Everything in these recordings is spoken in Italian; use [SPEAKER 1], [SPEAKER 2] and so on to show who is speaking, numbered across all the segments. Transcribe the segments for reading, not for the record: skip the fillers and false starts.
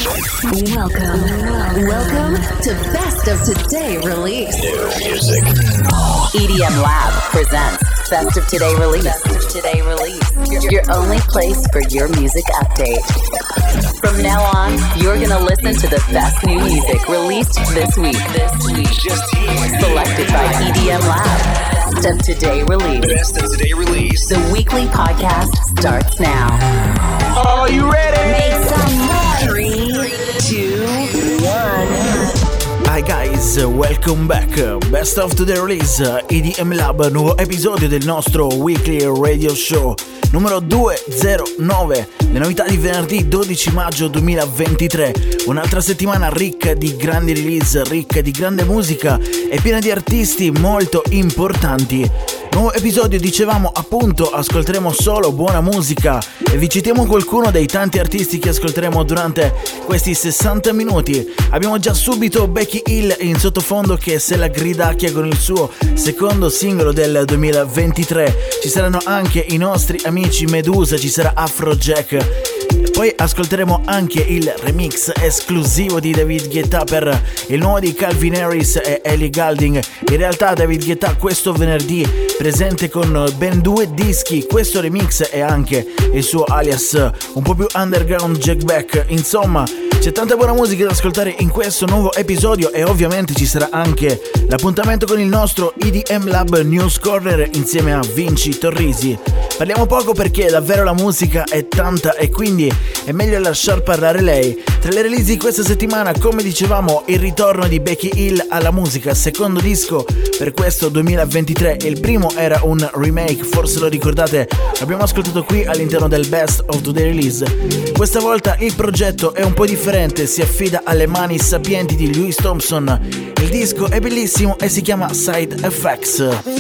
[SPEAKER 1] Welcome to Best of Today Release.
[SPEAKER 2] New music.
[SPEAKER 3] EDM Lab presents Best of Today Release. Best of Today Release. Your only place for your music update. From now on, you're gonna listen to the best new music released this week.
[SPEAKER 2] Just here.
[SPEAKER 3] Selected by EDM Lab. Best of Today Release.
[SPEAKER 2] Best of Today Release.
[SPEAKER 3] The weekly podcast starts now.
[SPEAKER 2] Are you ready?
[SPEAKER 3] Make some noise. 3, 2, 1.
[SPEAKER 4] Hi guys, welcome back. Best of Today Release, EDM Lab, nuovo episodio del nostro weekly radio show numero 209. Le novità di venerdì 12 maggio 2023. Un'altra settimana ricca di grandi release, ricca di grande musica e piena di artisti molto importanti. Nuovo episodio, dicevamo appunto, ascolteremo solo buona musica e vi citiamo qualcuno dei tanti artisti che ascolteremo durante questi 60 minuti. Abbiamo già subito Becky Hill in sottofondo che se la gridacchia con il suo secondo singolo del 2023. Ci saranno anche i nostri amici Medusa, ci sarà Afrojack. Poi ascolteremo anche il remix esclusivo di David Guetta per il nuovo di Calvin Harris e Ellie Goulding. In realtà David Guetta questo venerdì presente con ben 2 dischi, questo remix e anche il suo alias un po' più underground Jack Beck. Insomma, c'è tanta buona musica da ascoltare in questo nuovo episodio e ovviamente ci sarà anche l'appuntamento con il nostro EDM Lab News Corner insieme a Vinci Torrisi. Parliamo poco perché davvero la musica è tanta e quindi è meglio lasciar parlare lei. Tra le release di questa settimana, come dicevamo, il ritorno di Becky Hill alla musica, secondo disco per questo 2023. Il primo era un remake, forse lo ricordate, l'abbiamo ascoltato qui all'interno del Best of Today Release. Questa volta il progetto è un po' differente, si affida alle mani sapienti di Louis Thompson. Il disco è bellissimo e si chiama Side Effects.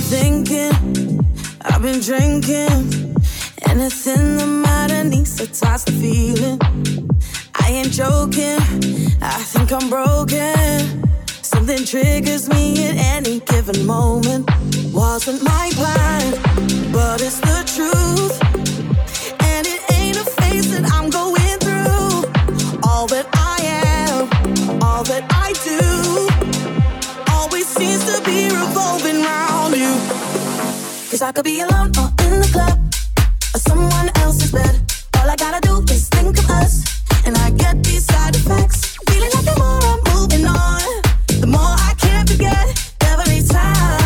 [SPEAKER 5] I've been drinking, anything that matter needs to touch the feeling. I ain't joking, I think I'm broken. Something triggers me at any given moment. Wasn't my plan, but it's the truth. And it ain't a phase that I'm going through. All that I am, all that I do, always seems to be revolving around you. 'Cause I could be alone or in the club or someone else's bed. All I gotta do is think of us, and I get these side effects. Feeling like the more I'm moving on, the more I can't forget. Every time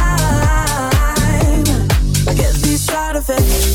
[SPEAKER 5] I get these side effects.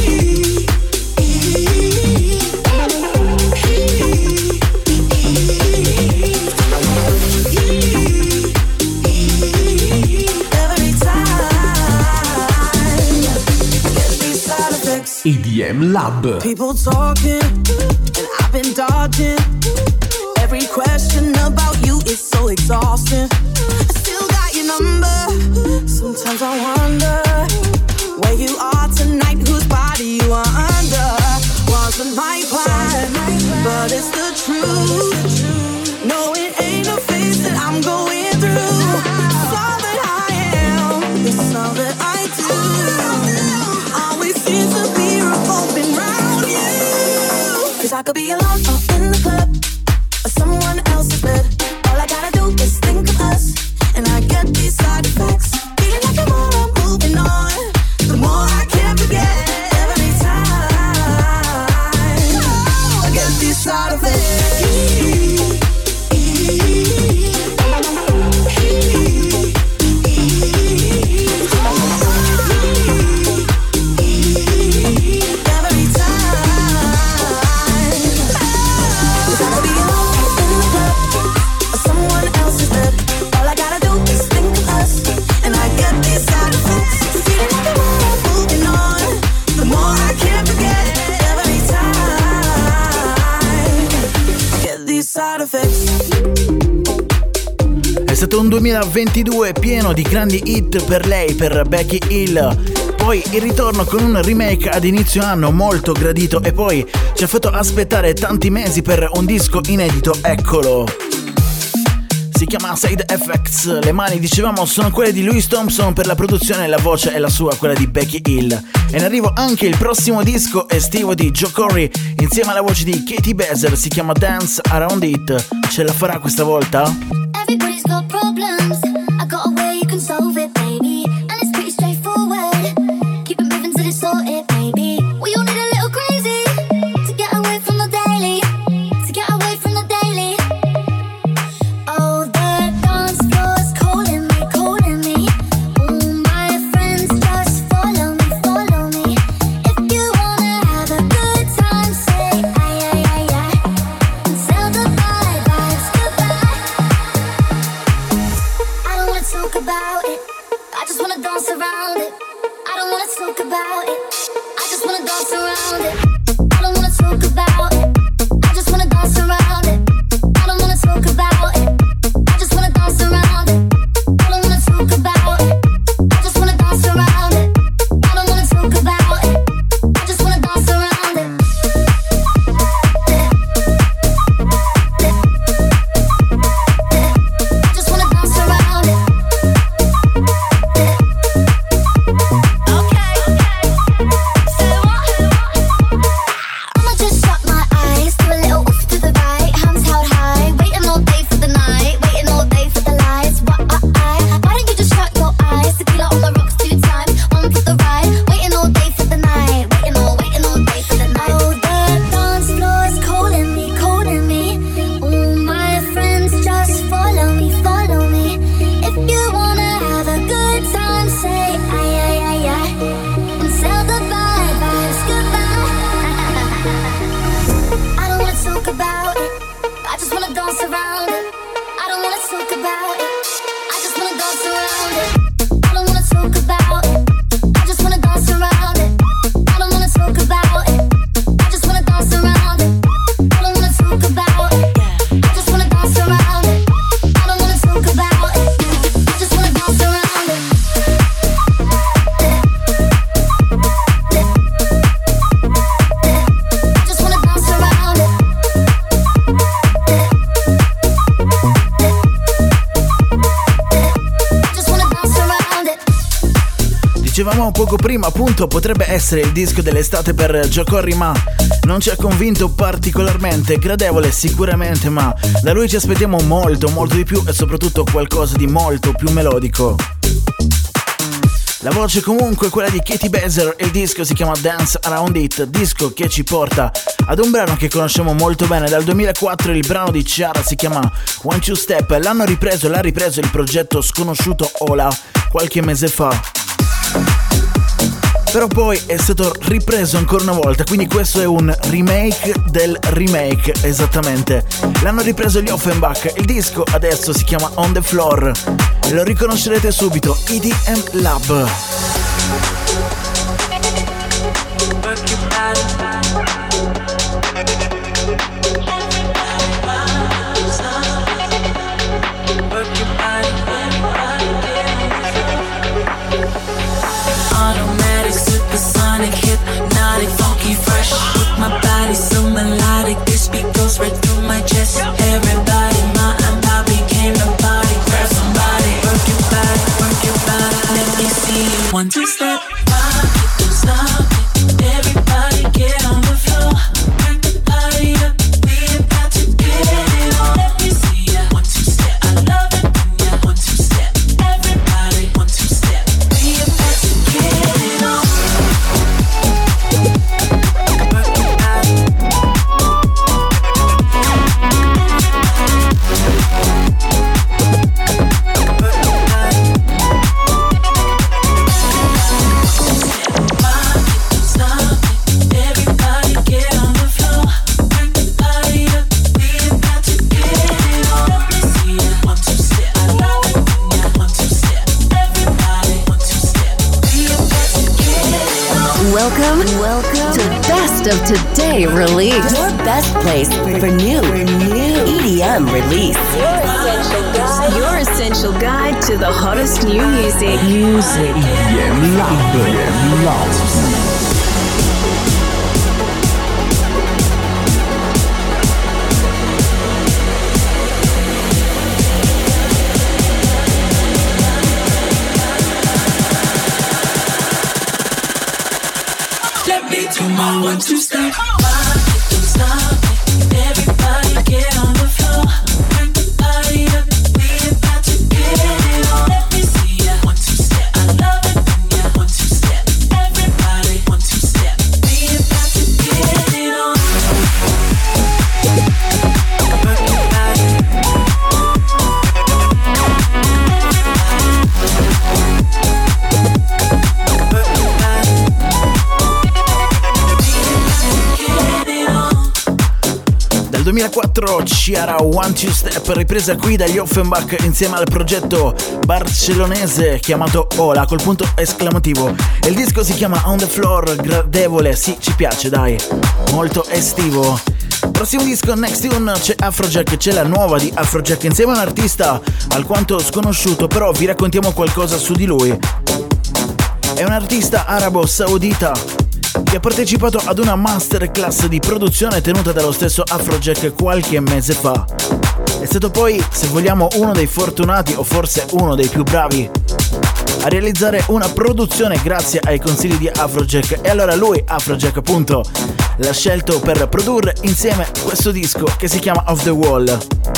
[SPEAKER 2] EDM Lab.
[SPEAKER 5] People talking, and I've been dodging. Every question about you is so exhausting. I still got your number. Sometimes I wonder where you are tonight, whose body you are under. Wasn't my plan, but it's the truth. No, it ain't a phase that I'm going through. It's all that I am, it's all that I do. Always seems to be revolving round you. 'Cause I could be alone or in the club or someone else's bed. All I gotta do is think of us, and I get these side effects. Feeling like the more I'm moving on, the more I can't forget. Every time I get these side effects.
[SPEAKER 4] È stato un 2022 pieno di grandi hit per lei, per Becky Hill. Poi il ritorno con un remake ad inizio anno molto gradito e poi ci ha fatto aspettare tanti mesi per un disco inedito, eccolo. si chiama Side Effects. Le mani, dicevamo, sono quelle di Louis Thompson per la produzione, la voce è la sua, quella di Becky Hill. E in arrivo anche il prossimo disco estivo di Joe Corey insieme alla voce di Katie Bezer, si chiama Dance Around It. Ce la farà questa volta?
[SPEAKER 6] Everybody's got problems, I got a way you can solve it, baby. And it's pretty straightforward, keep it moving till it's sorted, baby. We all need a little crazy to get away from the daily, to get away from the daily. Oh, the dance floor's calling me. All my friends just follow me, follow me. If you wanna have a good time, say aye, aye, aye, aye. And tell the vibes goodbye. I don't wanna talk about it, I just wanna dance around it. I don't wanna talk about it, I just wanna dance around it. I don't wanna talk about it, I just wanna dance around it. I don't wanna talk about it, I just wanna dance around it. I don't wanna talk about it, I just wanna dance around it. I don't wanna talk about it, I just wanna dance around it. I just wanna dance around it. Okay, say what? I'ma just shut my eyes, do a little oof to the right, hands held high, waiting all day for the night, waiting all day for the lights. Why don't you just shut your eyes? Tequila on the rocks 2 times, one for the ride, waiting all day for the night, waiting all day for the night. Oh, the dance floor's calling me, calling me. All my friends just follow me, follow me. If you wanna have a good time, say aye, aye, aye, aye. And tell the vibes goodbye. I don't wanna talk about it, I just wanna dance around it. I don't wanna talk about it, I just wanna dance around it. I don't wanna talk about it, I just wanna dance around it. I don't wanna talk about it, I just wanna dance around it. I don't wanna talk about it, I just wanna dance around it. I don't wanna talk about it, I just wanna dance around it. I just wanna dance around it. Just wanna dance around it.
[SPEAKER 4] Dicevamo poco prima, appunto, potrebbe essere il disco dell'estate per Joe Corey, ma non ci ha convinto particolarmente. Gradevole sicuramente, ma da lui ci aspettiamo molto, molto di più e soprattutto qualcosa di molto più melodico. La voce comunque è quella di Katie Bezer e il disco si chiama Dance Around It, disco che ci porta ad un brano che conosciamo molto bene dal 2004. Il brano di Ciara si chiama One Two Step, l'ha ripreso il progetto sconosciuto Ola qualche mese fa, però poi è stato ripreso ancora una volta, quindi questo è un remake del remake, esattamente. L'hanno ripreso gli Offenbach, il disco adesso si chiama On The Floor e lo riconoscerete subito, EDM Lab.
[SPEAKER 7] Automatic, supersonic, hypnotic, funky, fresh. With my body so melodic, this beat goes right through my chest. Everybody, my and Bobby came to party. Grab somebody, work your body, let me see you. 1, 2 step, rock it, don't stop it. Everybody get on the floor, crank the party up. We about to get it on. Let me see ya. 1, 2 step, I love it when ya 1, 2 step. Everybody, 1, 2 step. We about to get it on. Work your body.
[SPEAKER 1] Welcome to Best of Today Release.
[SPEAKER 3] Your best place for new EDM release.
[SPEAKER 1] Your essential guide to the hottest new music.
[SPEAKER 2] EDM Lab.
[SPEAKER 4] Del 2004 Ciara One Two Step, ripresa qui dagli Offenbach insieme al progetto barcellonese chiamato Ola col punto esclamativo. Il disco si chiama On The Floor, gradevole, sì, ci piace, dai, molto estivo. Prossimo disco, Next Tune, c'è Afrojack, c'è la nuova di Afrojack insieme a un artista alquanto sconosciuto, però vi raccontiamo qualcosa su di lui. È un artista arabo-saudita che ha partecipato ad una masterclass di produzione tenuta dallo stesso Afrojack qualche mese fa. È stato poi, se vogliamo, uno dei fortunati o forse uno dei più bravi a realizzare una produzione grazie ai consigli di Afrojack, e allora lui, Afrojack appunto, l'ha scelto per produrre insieme questo disco che si chiama Off The Wall.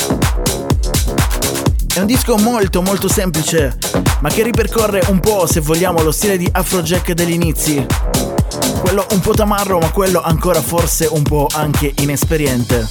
[SPEAKER 4] È un disco molto molto semplice, ma che ripercorre un po', se vogliamo, lo stile di Afrojack degli inizi. Quello un po' tamarro, ma quello ancora forse un po' anche inesperiente.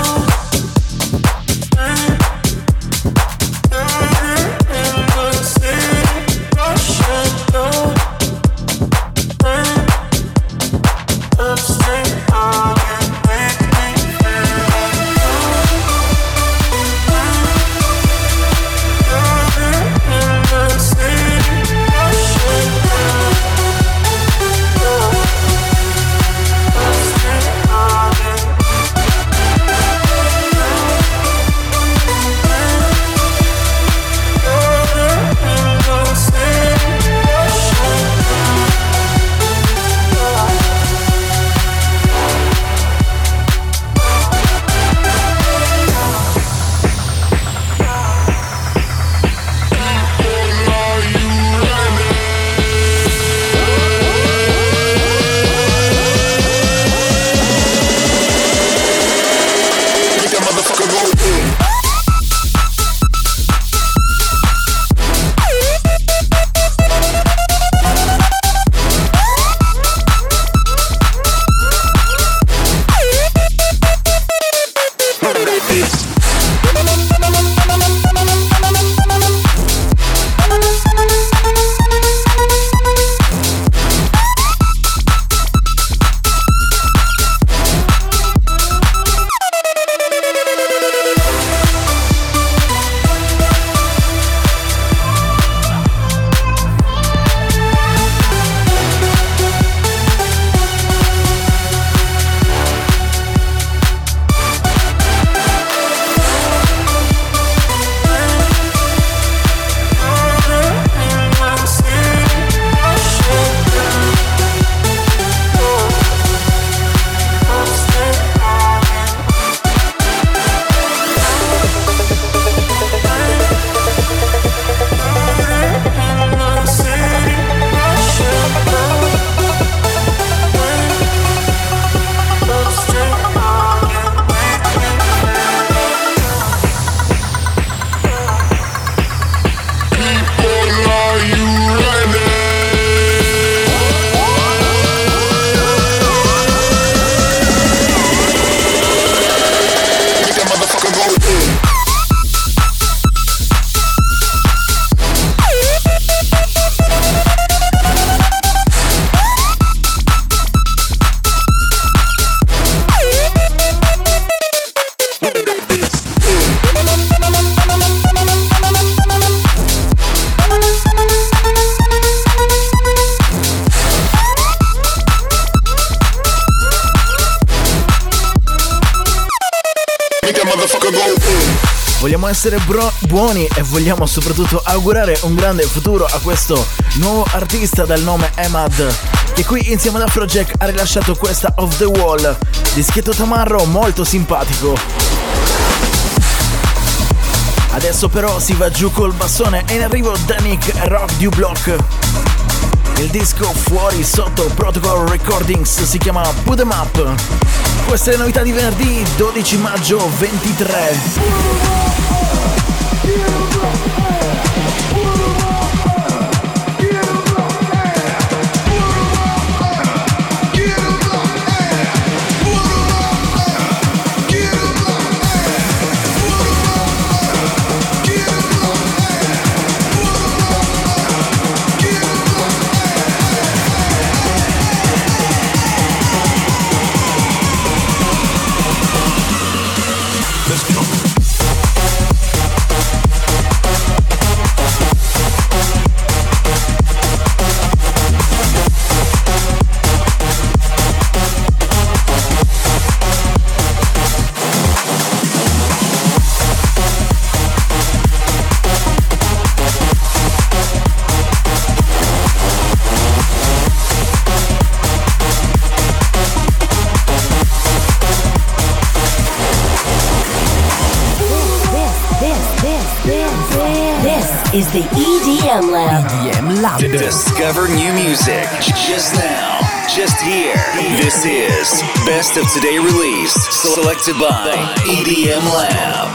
[SPEAKER 4] Vogliamo essere buoni e vogliamo soprattutto augurare un grande futuro a questo nuovo artista dal nome Emad, che qui insieme ad Afrojack ha rilasciato questa Off The Wall, dischetto tamarro molto simpatico. Adesso però si va giù col bassone e in arrivo Danik Rock Du Block. Il disco fuori sotto Protocol Recordings si chiama Put 'Em Up. Queste novità di venerdì 12 maggio 23.
[SPEAKER 1] Is the EDM Lab.
[SPEAKER 2] EDM Lab.
[SPEAKER 8] Discover new music just now, just here. This is Best of Today Release, selected by EDM Lab.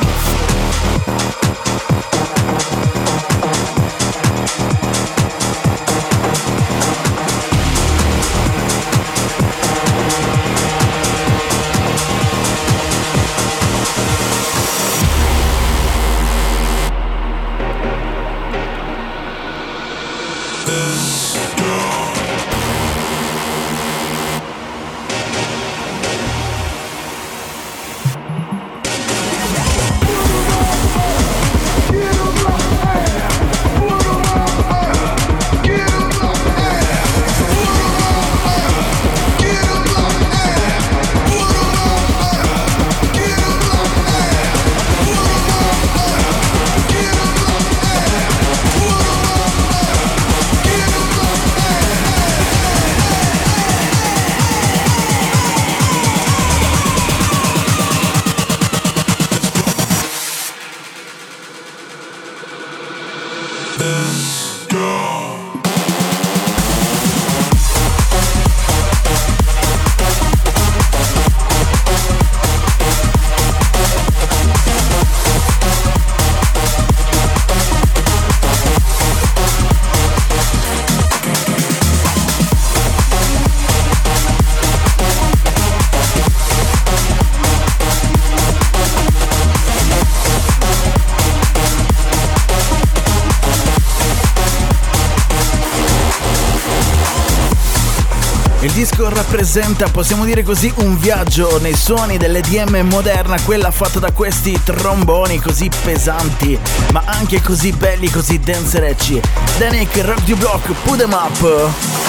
[SPEAKER 4] Il disco rappresenta, possiamo dire così, un viaggio nei suoni dell'EDM moderna, quella fatta da questi tromboni così pesanti, ma anche così belli, così danzerecci. Danik, Rock the Block, Put 'Em Up.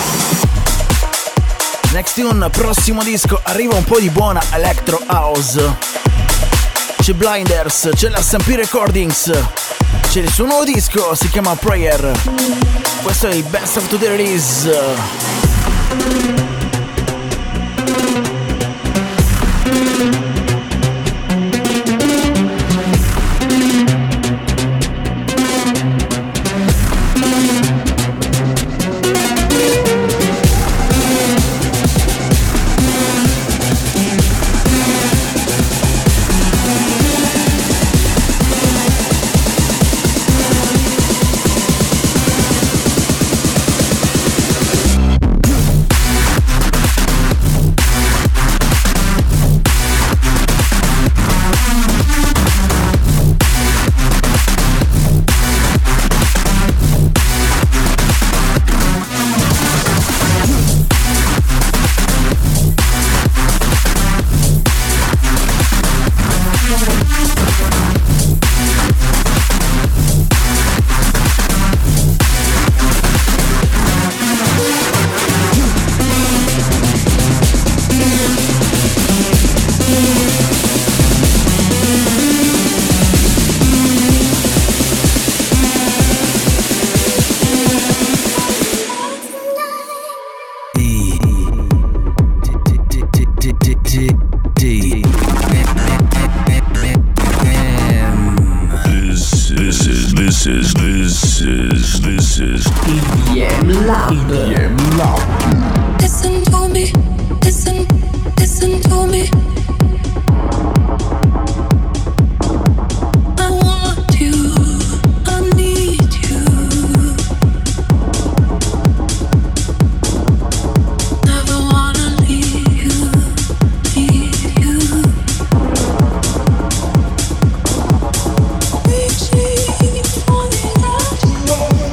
[SPEAKER 4] Next tune, prossimo disco, arriva un po' di buona Electro House. C'è Blinders, c'è la Stampede Recordings, c'è il suo nuovo disco, si chiama Prayer. Questo è il Best of Today Release.
[SPEAKER 2] EDM Lab.
[SPEAKER 7] Listen to me, listen to me. I want you, I need you. Never wanna leave you, need you. Reaching for the edge.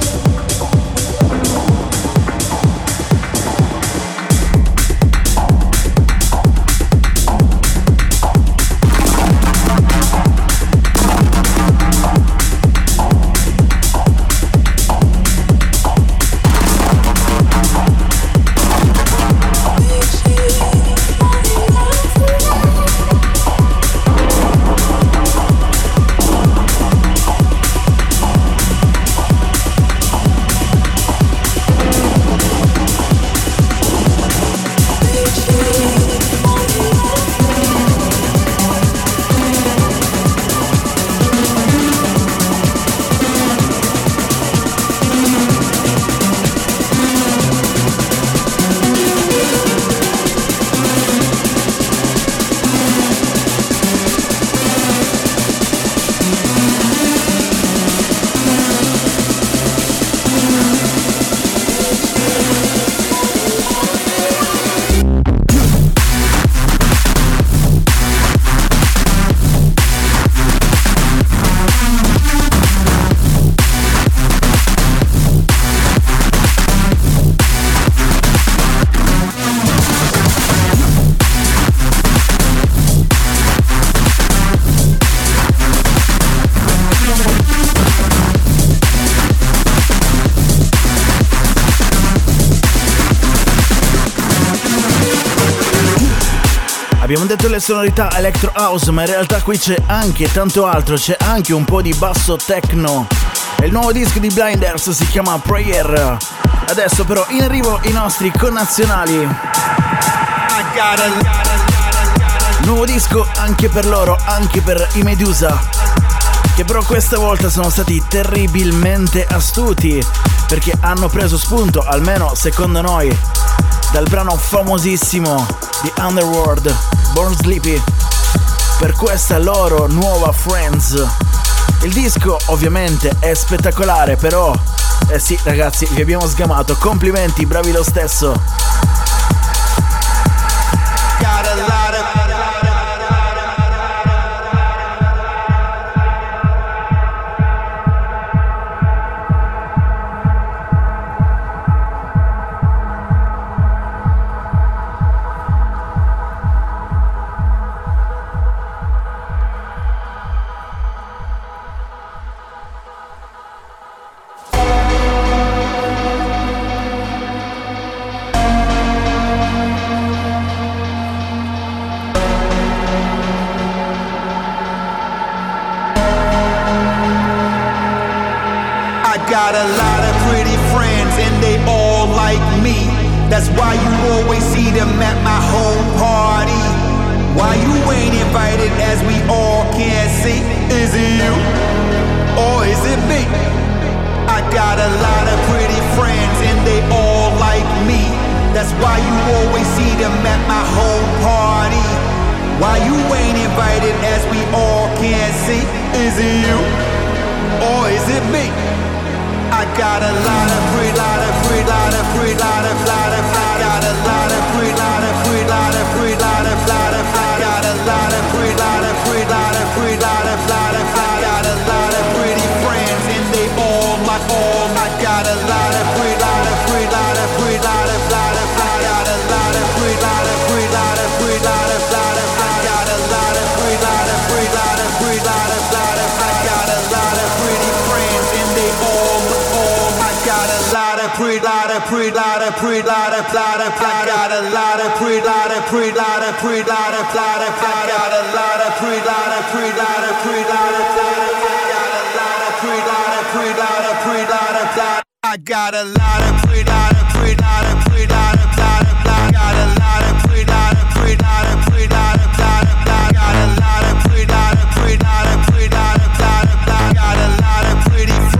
[SPEAKER 4] Abbiamo detto le sonorità electro house, ma in realtà qui c'è anche tanto altro, c'è anche un po' di basso techno. E il nuovo disco di Blinders si chiama Prayer. Adesso però in arrivo i nostri connazionali. Nuovo disco anche per loro, anche per i Medusa, che però questa volta sono stati terribilmente astuti, perché hanno preso spunto, almeno secondo noi, dal brano famosissimo di Underworld, Born Sleepy, per questa loro nuova Friends. Il disco ovviamente è spettacolare, però sì ragazzi, vi abbiamo sgamato, complimenti, bravi lo stesso.
[SPEAKER 9] Got a lot of pretty friends and they all like me. That's why you always see them at my home party. Why you ain't invited as we all can see? Is it you or is it me? I got a lot of pretty friends and they all like me. That's why you always see them at my home party. Why you ain't invited as we all can see? Is it you or is it me? I got a lot of free, lot of free, lot of free, lot of, lot of, I got a lot of free, lot of free, lot of free, lot of, lot of, I got a lot of free, lot of free, lot of free, lot of, lot of, I got a lot of pretty friends and they all my all. I got a lot of free, lot of free, lot of free, lot of, lot of, I got a lot of free, lot of free, lot of free, lot of, lot of, I got a lot of free, lot of free, lot of free, lot of, lot of, I got a lot of pretty friends and they all. Got a lot of pre, lot of pre, lot of pre, lot of, lot of, I got a lot of pre, lot of pre, lot of pre, lot of, lot of, I got a lot of pre, lot of pre, lot of pre, lot of, lot of, I got a lot of pre, lot of pre, lot of pre, lot of, lot. I got a lot of pre, lot of pre, lot of pre, lot of, lot of, I got a lot of pre, lot of pre, lot of pre, lot of, lot of, I got a lot of pre, lot of pre, lot of pre, lot of, lot of, I got a lot of pretty.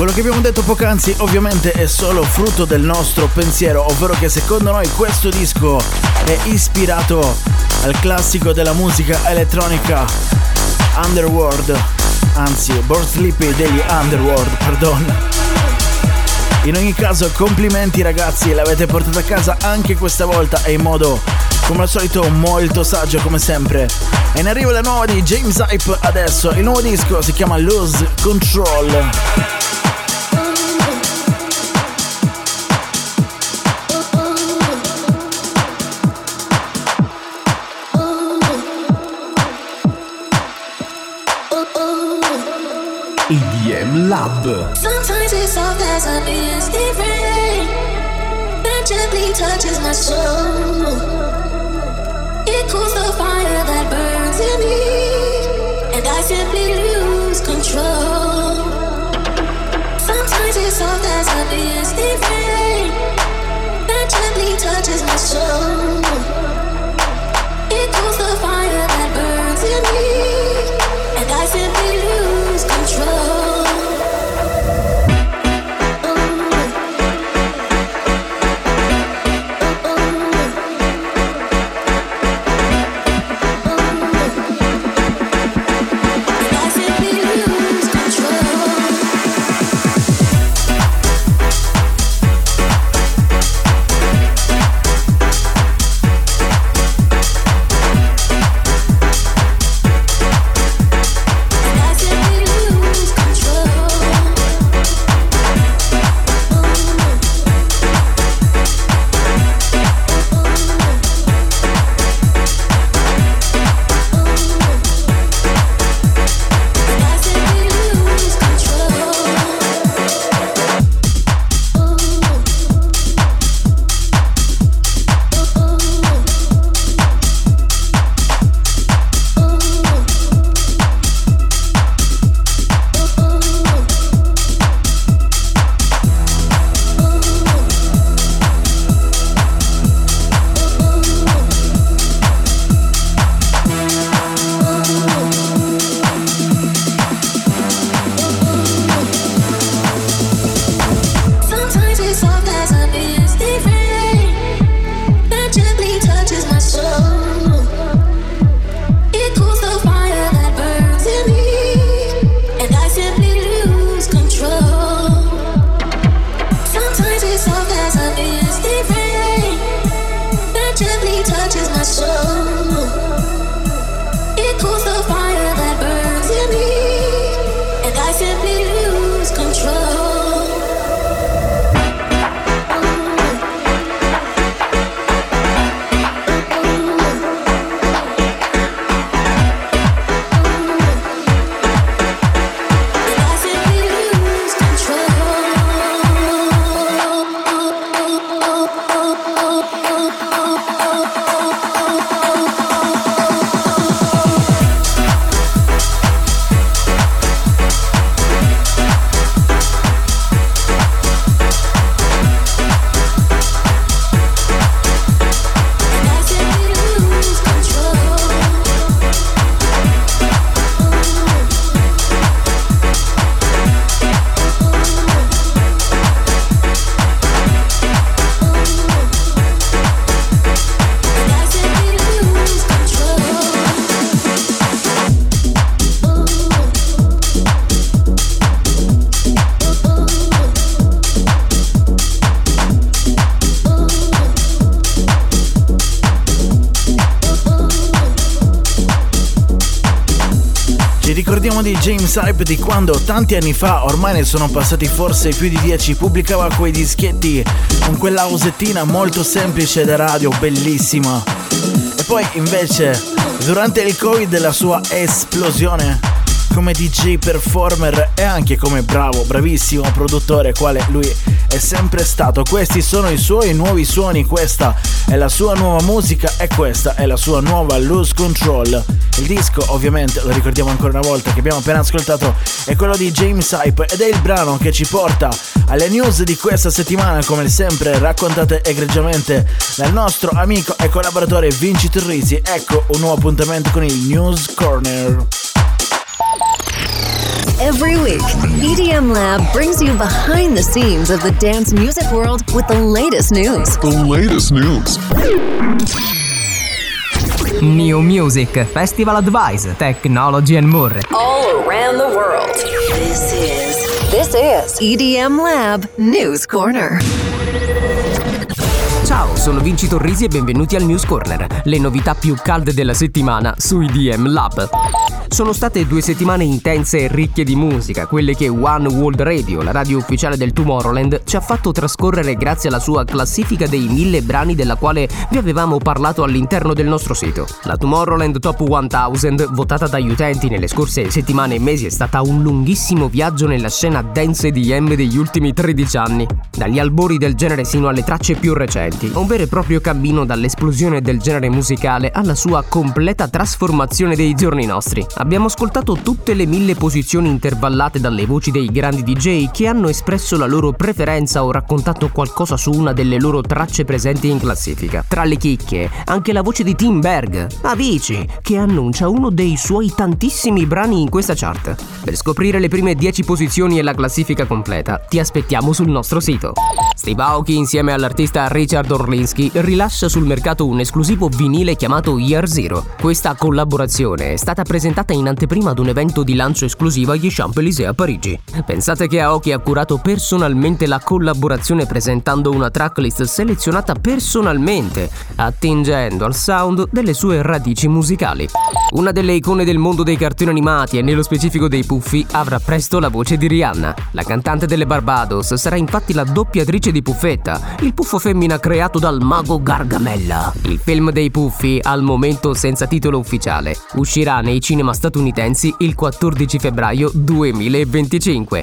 [SPEAKER 4] Quello che abbiamo detto poc'anzi ovviamente è solo frutto del nostro pensiero, ovvero che secondo noi questo disco è ispirato al classico della musica elettronica Underworld, anzi Born Sleepy degli Underworld, perdono. In ogni caso complimenti ragazzi, l'avete portata a casa anche questa volta e in modo come al solito molto saggio come sempre. E in arrivo la nuova di James Hype adesso, il nuovo disco si chiama Lose Control.
[SPEAKER 2] EDM Lab.
[SPEAKER 6] Sometimes it's soft as a misty rain that gently touches my soul. It cools the fire that burns in me, and I simply lose control. Sometimes it's soft as a misty rain that gently touches my soul. It cools the fire that burns in me, and I simply lose control.
[SPEAKER 4] Ricordiamo di James Hype di quando tanti anni fa, ormai ne sono passati forse più di 10, pubblicava quei dischetti con quella usettina molto semplice da radio, bellissima. E poi invece durante il Covid la sua esplosione come DJ performer e anche come bravissimo produttore quale lui è sempre stato. Questi sono i suoi nuovi suoni, questa è la sua nuova musica e questa è la sua nuova Lose Control. Il disco ovviamente, lo ricordiamo ancora una volta, che abbiamo appena ascoltato è quello di James Hype ed è il brano che ci porta alle news di questa settimana, come sempre raccontate egregiamente dal nostro amico e collaboratore Vinci Turrisi. Ecco un nuovo appuntamento con il News Corner.
[SPEAKER 1] Every week, EDM Lab brings you behind the scenes of the dance music world with the latest news.
[SPEAKER 10] New Music, Festival Advice, Technology and more.
[SPEAKER 1] All around the world. This is EDM Lab News Corner.
[SPEAKER 10] Ciao, sono Vinci Torrisi e benvenuti al News Corner, le novità più calde della settimana su EDM Lab. Sono state 2 settimane intense e ricche di musica, quelle che One World Radio, la radio ufficiale del Tomorrowland, ci ha fatto trascorrere grazie alla sua classifica dei 1000 brani della quale vi avevamo parlato all'interno del nostro sito. La Tomorrowland Top 1000, votata dagli utenti nelle scorse settimane e mesi, è stata un lunghissimo viaggio nella scena dance EDM degli ultimi 13 anni, dagli albori del genere sino alle tracce più recenti, un vero e proprio cammino dall'esplosione del genere musicale alla sua completa trasformazione dei giorni nostri. Abbiamo ascoltato tutte le 1000 posizioni intervallate dalle voci dei grandi DJ che hanno espresso la loro preferenza o raccontato qualcosa su una delle loro tracce presenti in classifica. Tra le chicche, anche la voce di Tim Berg, Avicii, che annuncia uno dei suoi tantissimi brani in questa chart. Per scoprire le prime 10 posizioni e la classifica completa, ti aspettiamo sul nostro sito. Steve Aoki, insieme all'artista Richard Orlinski, rilascia sul mercato un esclusivo vinile chiamato Year Zero. Questa collaborazione è stata presentata in anteprima ad un evento di lancio esclusivo agli Champs-Élysées a Parigi. Pensate che Aoki ha curato personalmente la collaborazione presentando una tracklist selezionata personalmente, attingendo al sound delle sue radici musicali. Una delle icone del mondo dei cartoni animati e nello specifico dei Puffi avrà presto la voce di Rihanna. La cantante delle Barbados sarà infatti la doppiatrice di Puffetta, il puffo femmina creato dal mago Gargamella. Il film dei Puffi, al momento senza titolo ufficiale, uscirà nei cinema statunitensi il 14 febbraio 2025.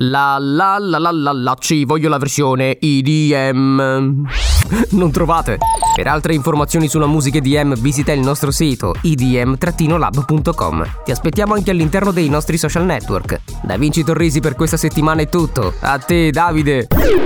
[SPEAKER 10] Ci voglio la versione EDM. Non trovate? Per altre informazioni sulla musica EDM visita il nostro sito edm-lab.com. Ti aspettiamo anche all'interno dei nostri social network. Da Vinci Torrisi per questa settimana è tutto. A te, Davide.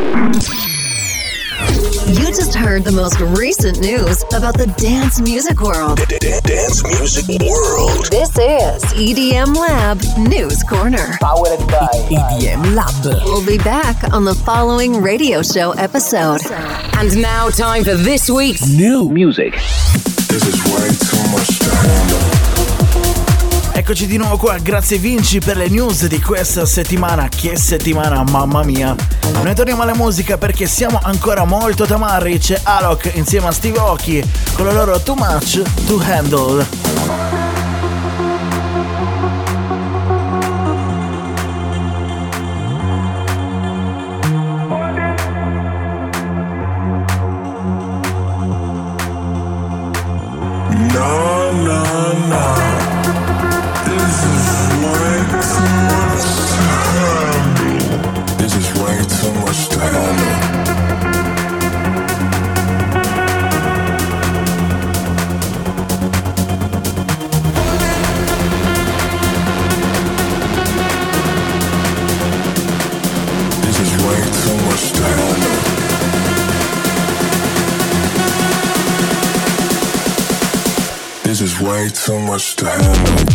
[SPEAKER 1] You just heard the most recent news about the dance music world.
[SPEAKER 2] Dance music world.
[SPEAKER 1] This is EDM Lab News Corner.
[SPEAKER 4] Powered by EDM Lab.
[SPEAKER 1] We'll be back on the following radio show episode.
[SPEAKER 11] And now time for this week's
[SPEAKER 2] New music.
[SPEAKER 12] This is way too much to handle.
[SPEAKER 4] Eccoci di nuovo qua, grazie Vinci per le news di questa settimana. Che settimana, mamma mia. Noi torniamo alla musica perché siamo ancora molto tamarri. C'è Alok insieme a Steve Aoki con la loro Too Much to Handle.
[SPEAKER 12] This is way too much to handle.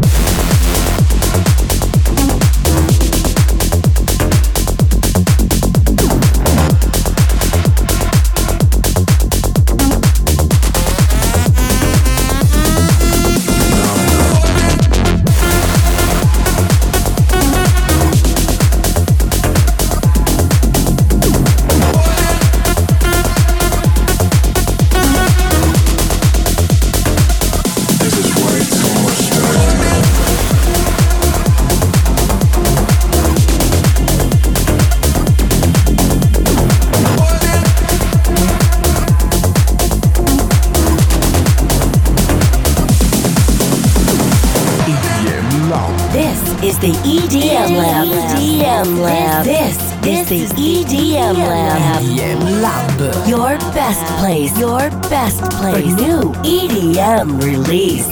[SPEAKER 3] The EDM Lab. EDM Lab. This is the EDM Lab.
[SPEAKER 4] EDM Lab.
[SPEAKER 3] Your best place. Your best place. For new EDM release.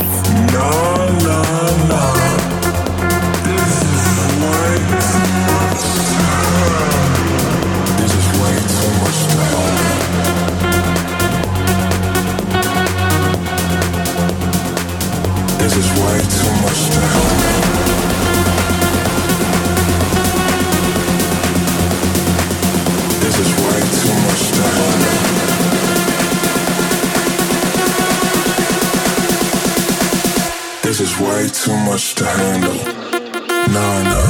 [SPEAKER 12] This is way too much to handle. This is way too much to handle. This is way too much to handle. Nah.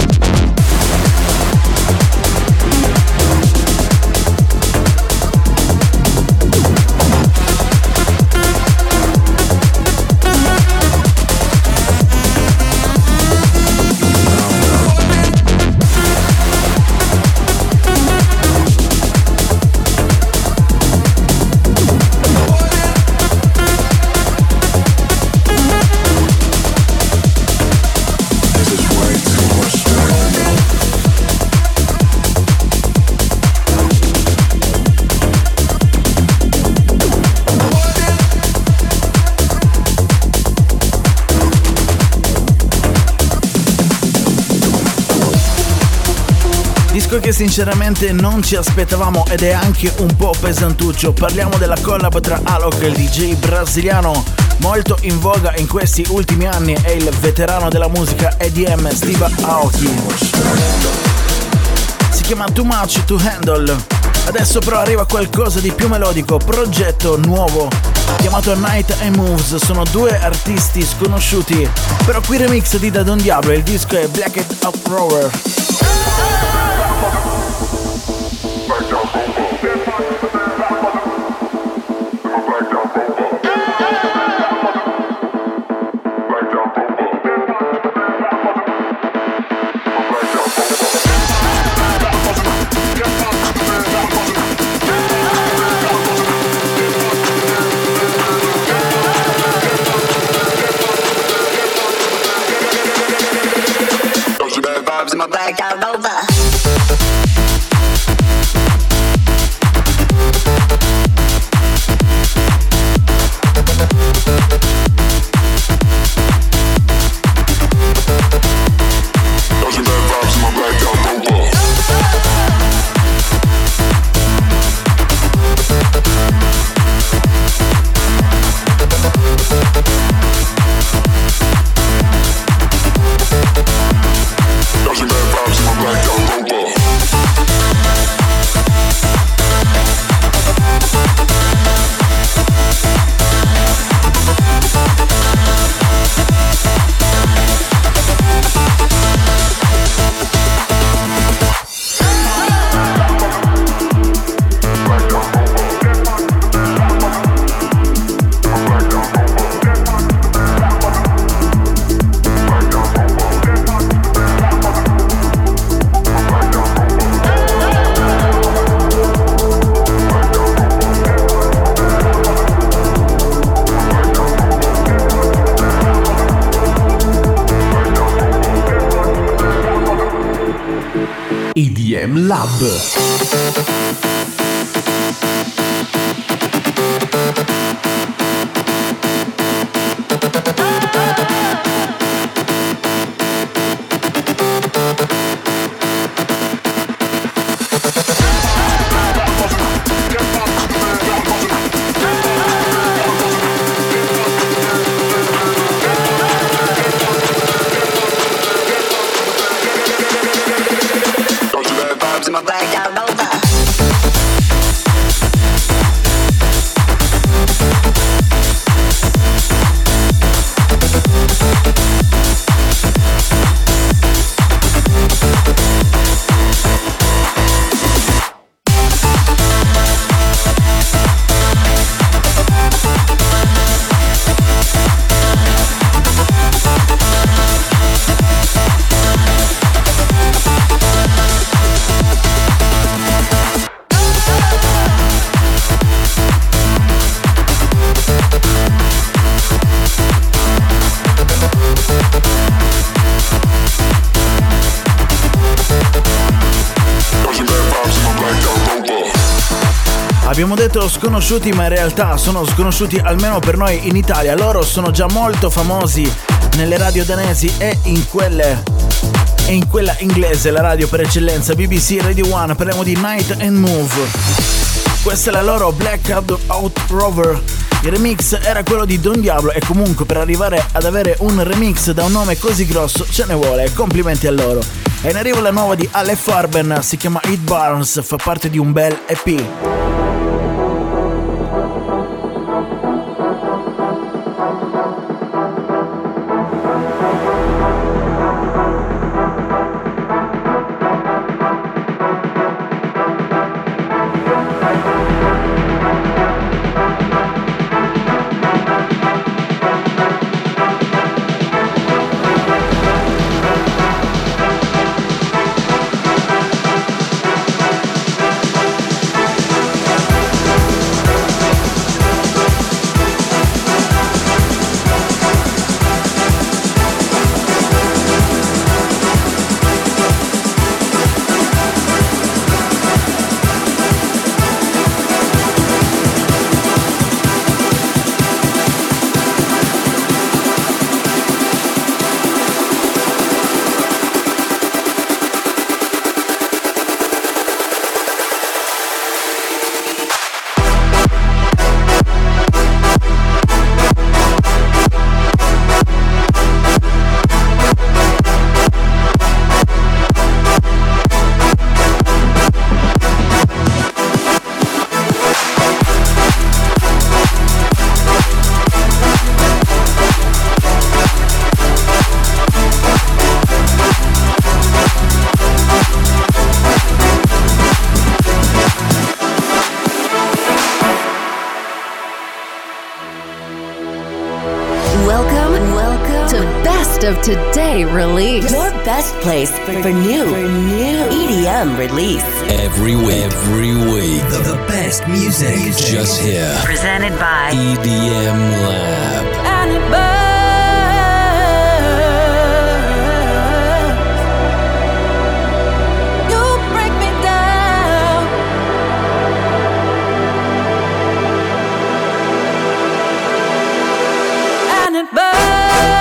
[SPEAKER 4] Che sinceramente non ci aspettavamo ed è anche un po' pesantuccio. Parliamo della collab tra Alok, il DJ brasiliano molto in voga in questi ultimi anni, e il veterano della musica EDM Steve Aoki. Si chiama Too Much to Handle. Adesso però arriva qualcosa di più melodico, progetto nuovo chiamato Night and Moves. Sono due artisti sconosciuti, però qui remix di Da Don Diablo. Il disco è Black Out Rover.
[SPEAKER 13] EDM Lab.
[SPEAKER 4] Abbiamo detto sconosciuti, ma in realtà sono sconosciuti almeno per noi in Italia. Loro sono già molto famosi nelle radio danesi e in quella inglese, la radio per eccellenza, BBC Radio 1. Parliamo di Night and Move. Questa è la loro Black Out Rover. Il remix era quello di Don Diablo e comunque per arrivare ad avere un remix da un nome così grosso ce ne vuole, complimenti a loro. E in arrivo la nuova di Ale Farben, si chiama It Barnes, fa parte di un bel EP.
[SPEAKER 1] to Best of Today release.
[SPEAKER 3] Your best place for new EDM release.
[SPEAKER 13] Every week. The best music is just here.
[SPEAKER 3] Presented by
[SPEAKER 13] EDM Lab.
[SPEAKER 5] And it burns. You break me down. And it burns.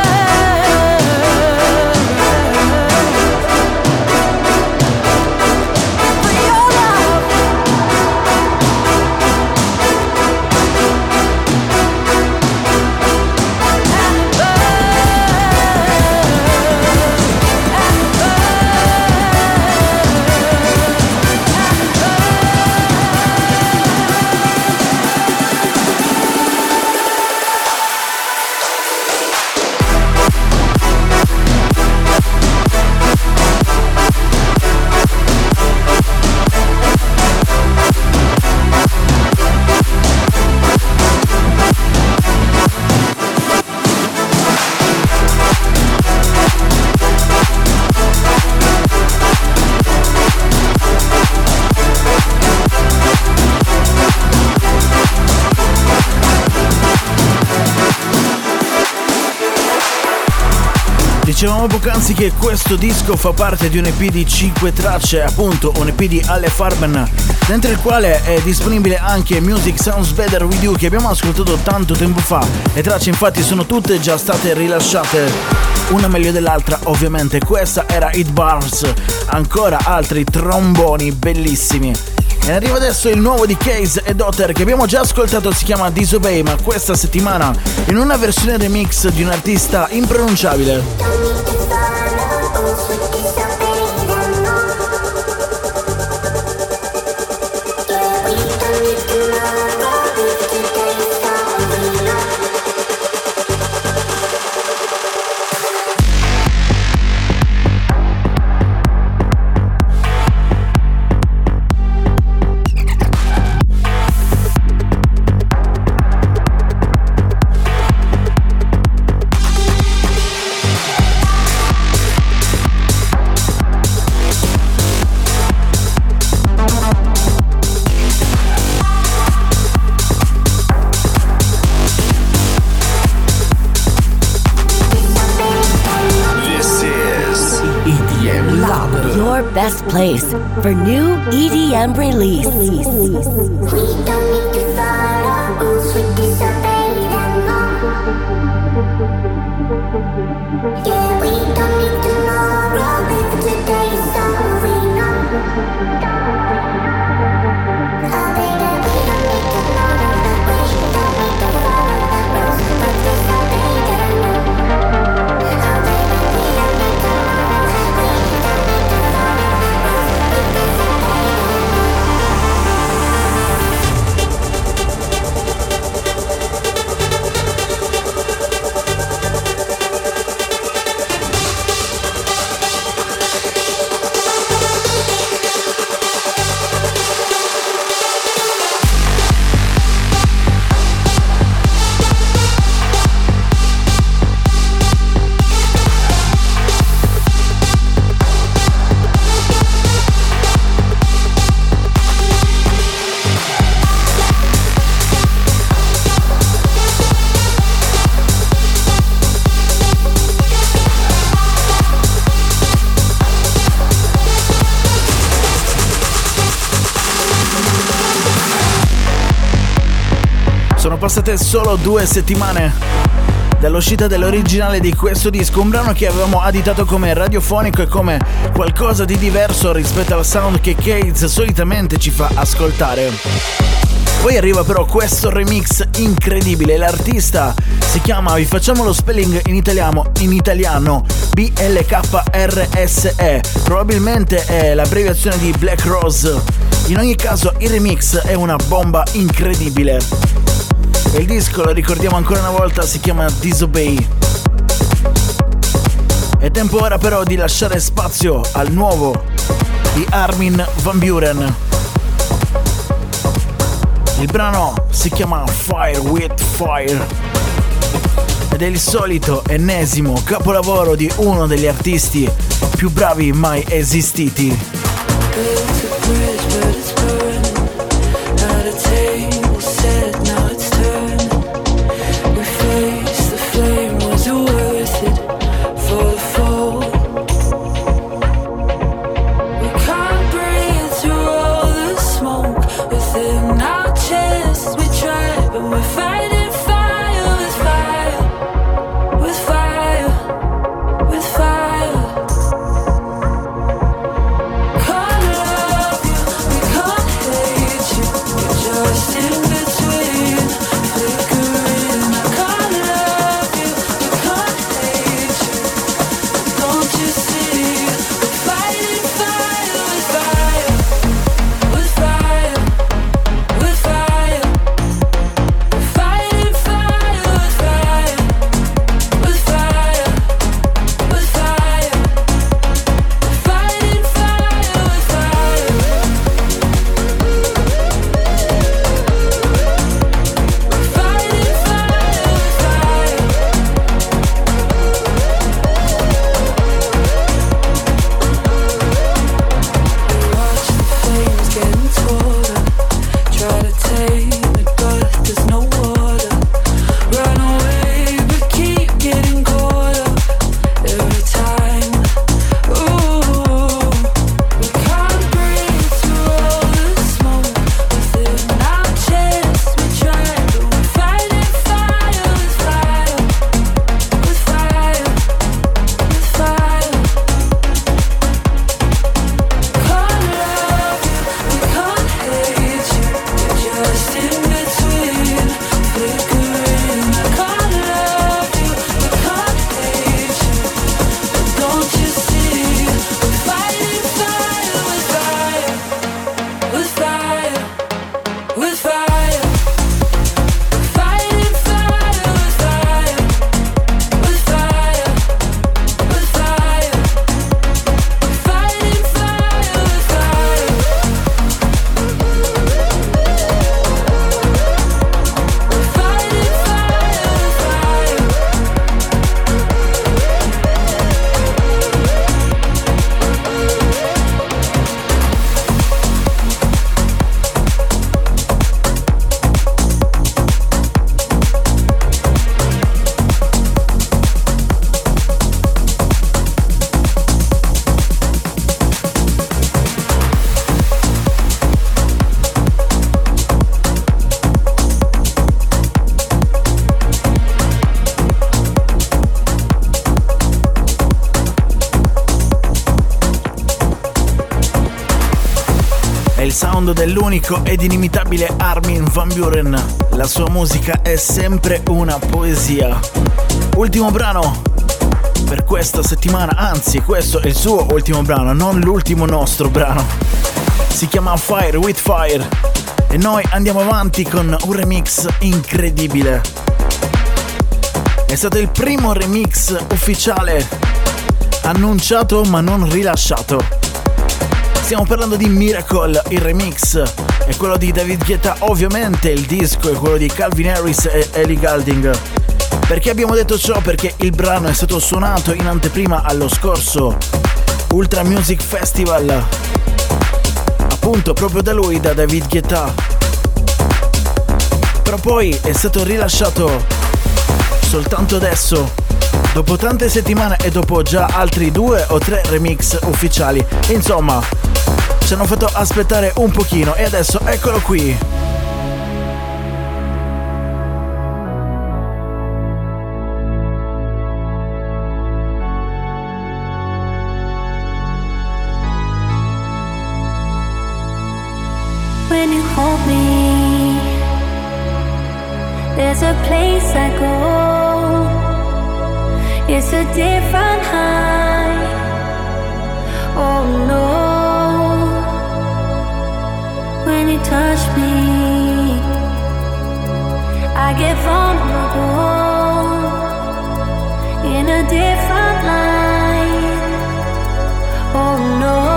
[SPEAKER 4] Dicevamo poc'anzi che questo disco fa parte di un EP di 5 tracce, appunto un EP di Ale Farben, dentro il quale è disponibile anche Music Sounds Better With You, che abbiamo ascoltato tanto tempo fa. Le tracce infatti sono tutte già state rilasciate, una meglio dell'altra ovviamente. Questa era It Bars, ancora altri tromboni bellissimi. E arriva adesso il nuovo di Case e Dotter, che abbiamo già ascoltato, si chiama Disobey, ma questa settimana in una versione remix di un artista impronunciabile.
[SPEAKER 3] best place for new EDM release.
[SPEAKER 6] We don't need to follow rules, we disobey them all. Yeah, we don't need tomorrow, live today so we know. Oh baby, we don't need tomorrow, we don't need to follow rules, but disobey them all. Oh baby, we don't need tomorrow, we don't need to follow rules, but disobey them all.
[SPEAKER 4] Sono passate solo 2 settimane dall'uscita dell'originale di questo disco, un brano che avevamo additato come radiofonico e come qualcosa di diverso rispetto al sound che Case solitamente ci fa ascoltare. Poi arriva però questo remix incredibile, l'artista si chiama, vi facciamo lo spelling in italiano, BLKRSE, probabilmente è l'abbreviazione di Black Rose. In ogni caso il remix è una bomba incredibile. E il disco, lo ricordiamo ancora una volta, si chiama Disobey. È tempo ora però di lasciare spazio al nuovo di Armin van Buuren. Il brano si chiama Fire with Fire ed ed è il solito ennesimo capolavoro di uno degli artisti più bravi mai esistiti. Dell'unico ed inimitabile Armin van Buuren. La sua musica è sempre una poesia. Ultimo brano per questa settimana, anzi questo è il suo ultimo brano, non l'ultimo nostro brano. Si chiama Fire with Fire e noi andiamo avanti con un remix incredibile. È stato il primo remix ufficiale annunciato ma non rilasciato. Stiamo parlando di Miracle, il remix è quello di David Guetta, ovviamente il disco è quello di Calvin Harris e Ellie Goulding. Perché abbiamo detto ciò? Perché il brano è stato suonato in anteprima allo scorso Ultra Music Festival, appunto proprio da lui, da David Guetta. Però poi è stato rilasciato soltanto adesso, dopo tante settimane e dopo già altri 2 o 3 remix ufficiali. Insomma, ci hanno fatto aspettare un pochino e adesso eccolo qui.
[SPEAKER 14] When you hold me, there's a place I go. It's a different high. Oh no. When you touch me, I get vulnerable in a different light. Oh no.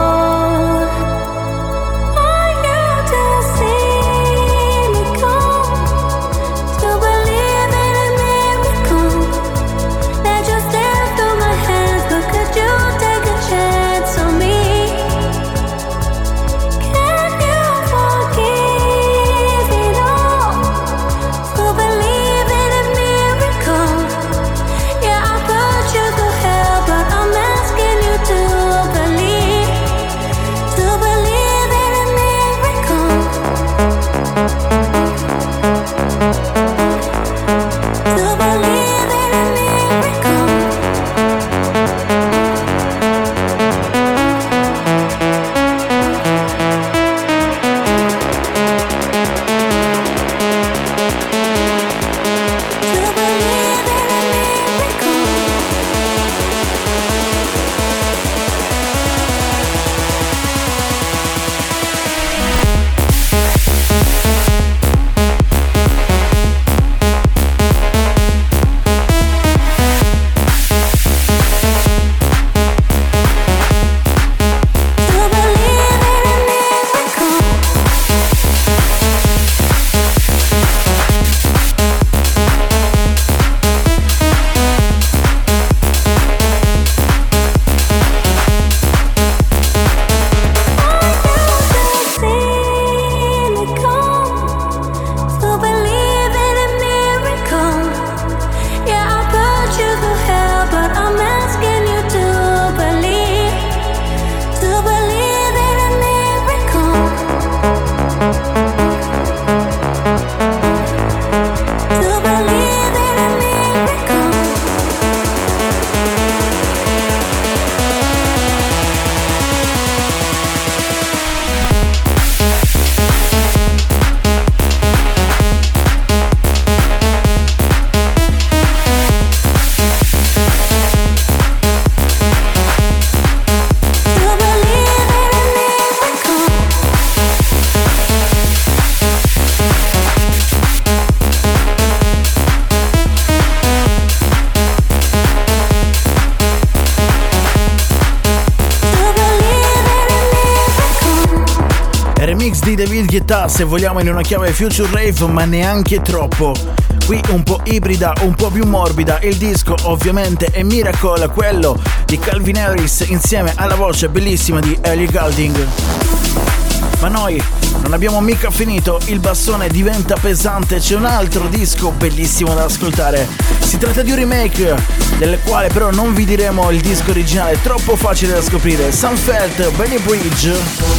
[SPEAKER 4] di David Guetta, se vogliamo in una chiave future rave, ma neanche troppo. Qui un po' ibrida, un po' più morbida. Il disco ovviamente è Miracle, quello di Calvin Harris insieme alla voce bellissima di Ellie Goulding. Ma noi non abbiamo mica finito, il bassone diventa pesante, c'è un altro disco bellissimo da ascoltare. Si tratta di un remake, del quale però non vi diremo il disco originale, è troppo facile da scoprire. Sunfelt, Benny Bridge.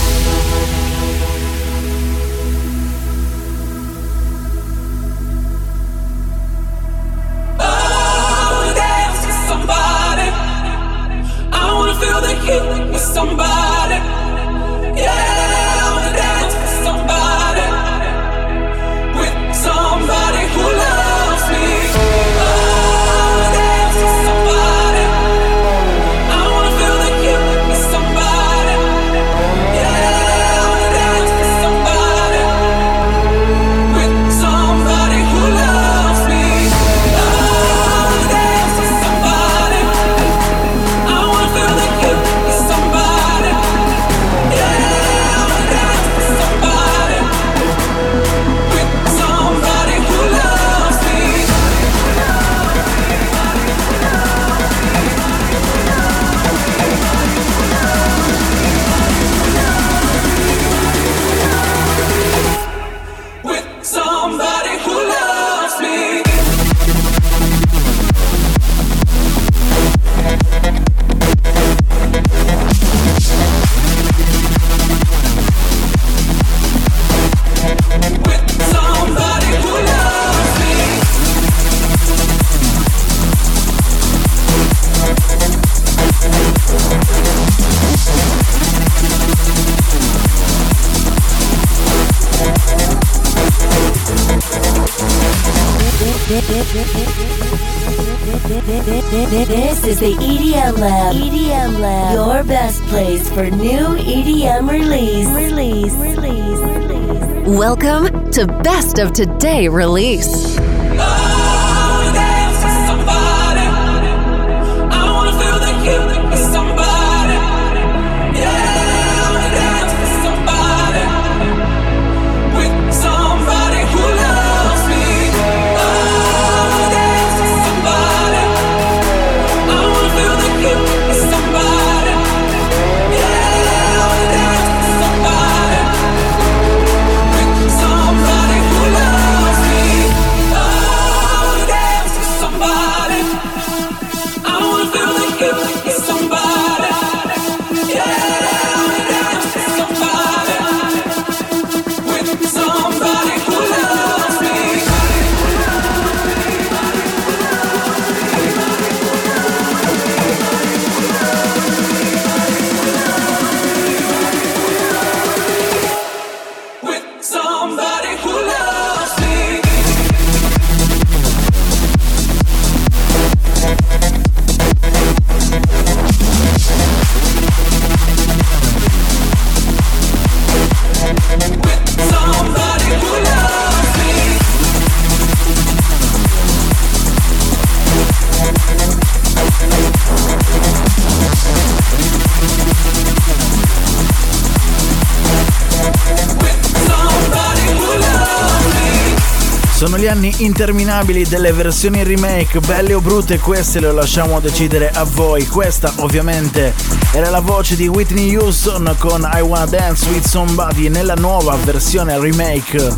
[SPEAKER 15] This is the EDM Lab. EDM Lab. Your best place for new EDM release.
[SPEAKER 1] Welcome to Best of Today Release.
[SPEAKER 4] Sono gli anni interminabili delle versioni remake, belle o brutte, queste le lasciamo decidere a voi. Questa ovviamente era la voce di Whitney Houston con I Wanna Dance With Somebody nella nuova versione remake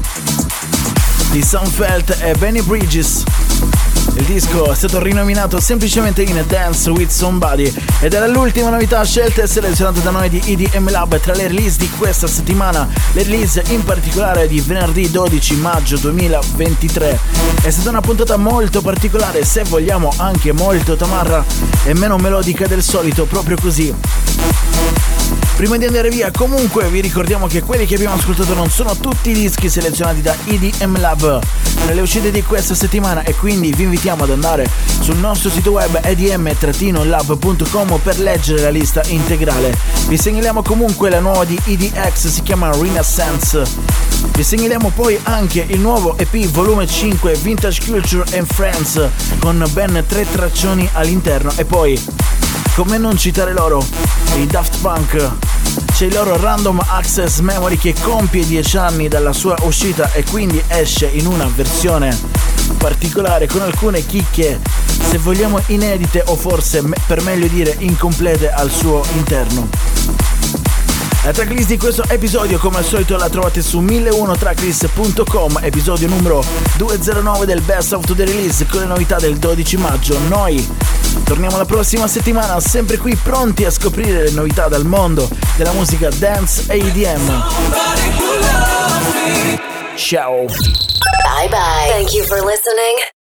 [SPEAKER 4] di Sunfelt e Benny Bridges. Il disco è stato rinominato semplicemente in Dance With Somebody ed era l'ultima novità scelta e selezionata da noi di EDM Lab tra le release di questa settimana, le release in particolare di venerdì 12 maggio 2023. È stata una puntata molto particolare, se vogliamo anche molto tamarra e meno melodica del solito, proprio così. Prima di andare via, comunque vi ricordiamo che quelli che abbiamo ascoltato non sono tutti i dischi selezionati da EDM Lab nelle uscite di questa settimana e quindi vi invitiamo ad andare sul nostro sito web edm-lab.com per leggere la lista integrale. Vi segnaliamo comunque la nuova di EDX, si chiama Renaissance. Vi segnaliamo poi anche il nuovo EP volume 5 Vintage Culture and Friends con ben 3 traccioni all'interno e poi, come non citare loro, i Daft Punk. c'è il loro Random Access Memory che compie 10 anni dalla sua uscita e quindi esce in una versione particolare con alcune chicche, se vogliamo inedite o forse per meglio dire incomplete al suo interno. La tracklist di questo episodio come al solito la trovate su 1001tracklist.com, episodio numero 209 del Best of the Release con le novità del 12 maggio. Noi torniamo la prossima settimana sempre qui pronti a scoprire le novità dal mondo della musica dance e EDM. Ciao.
[SPEAKER 1] Bye bye. Thank you for listening.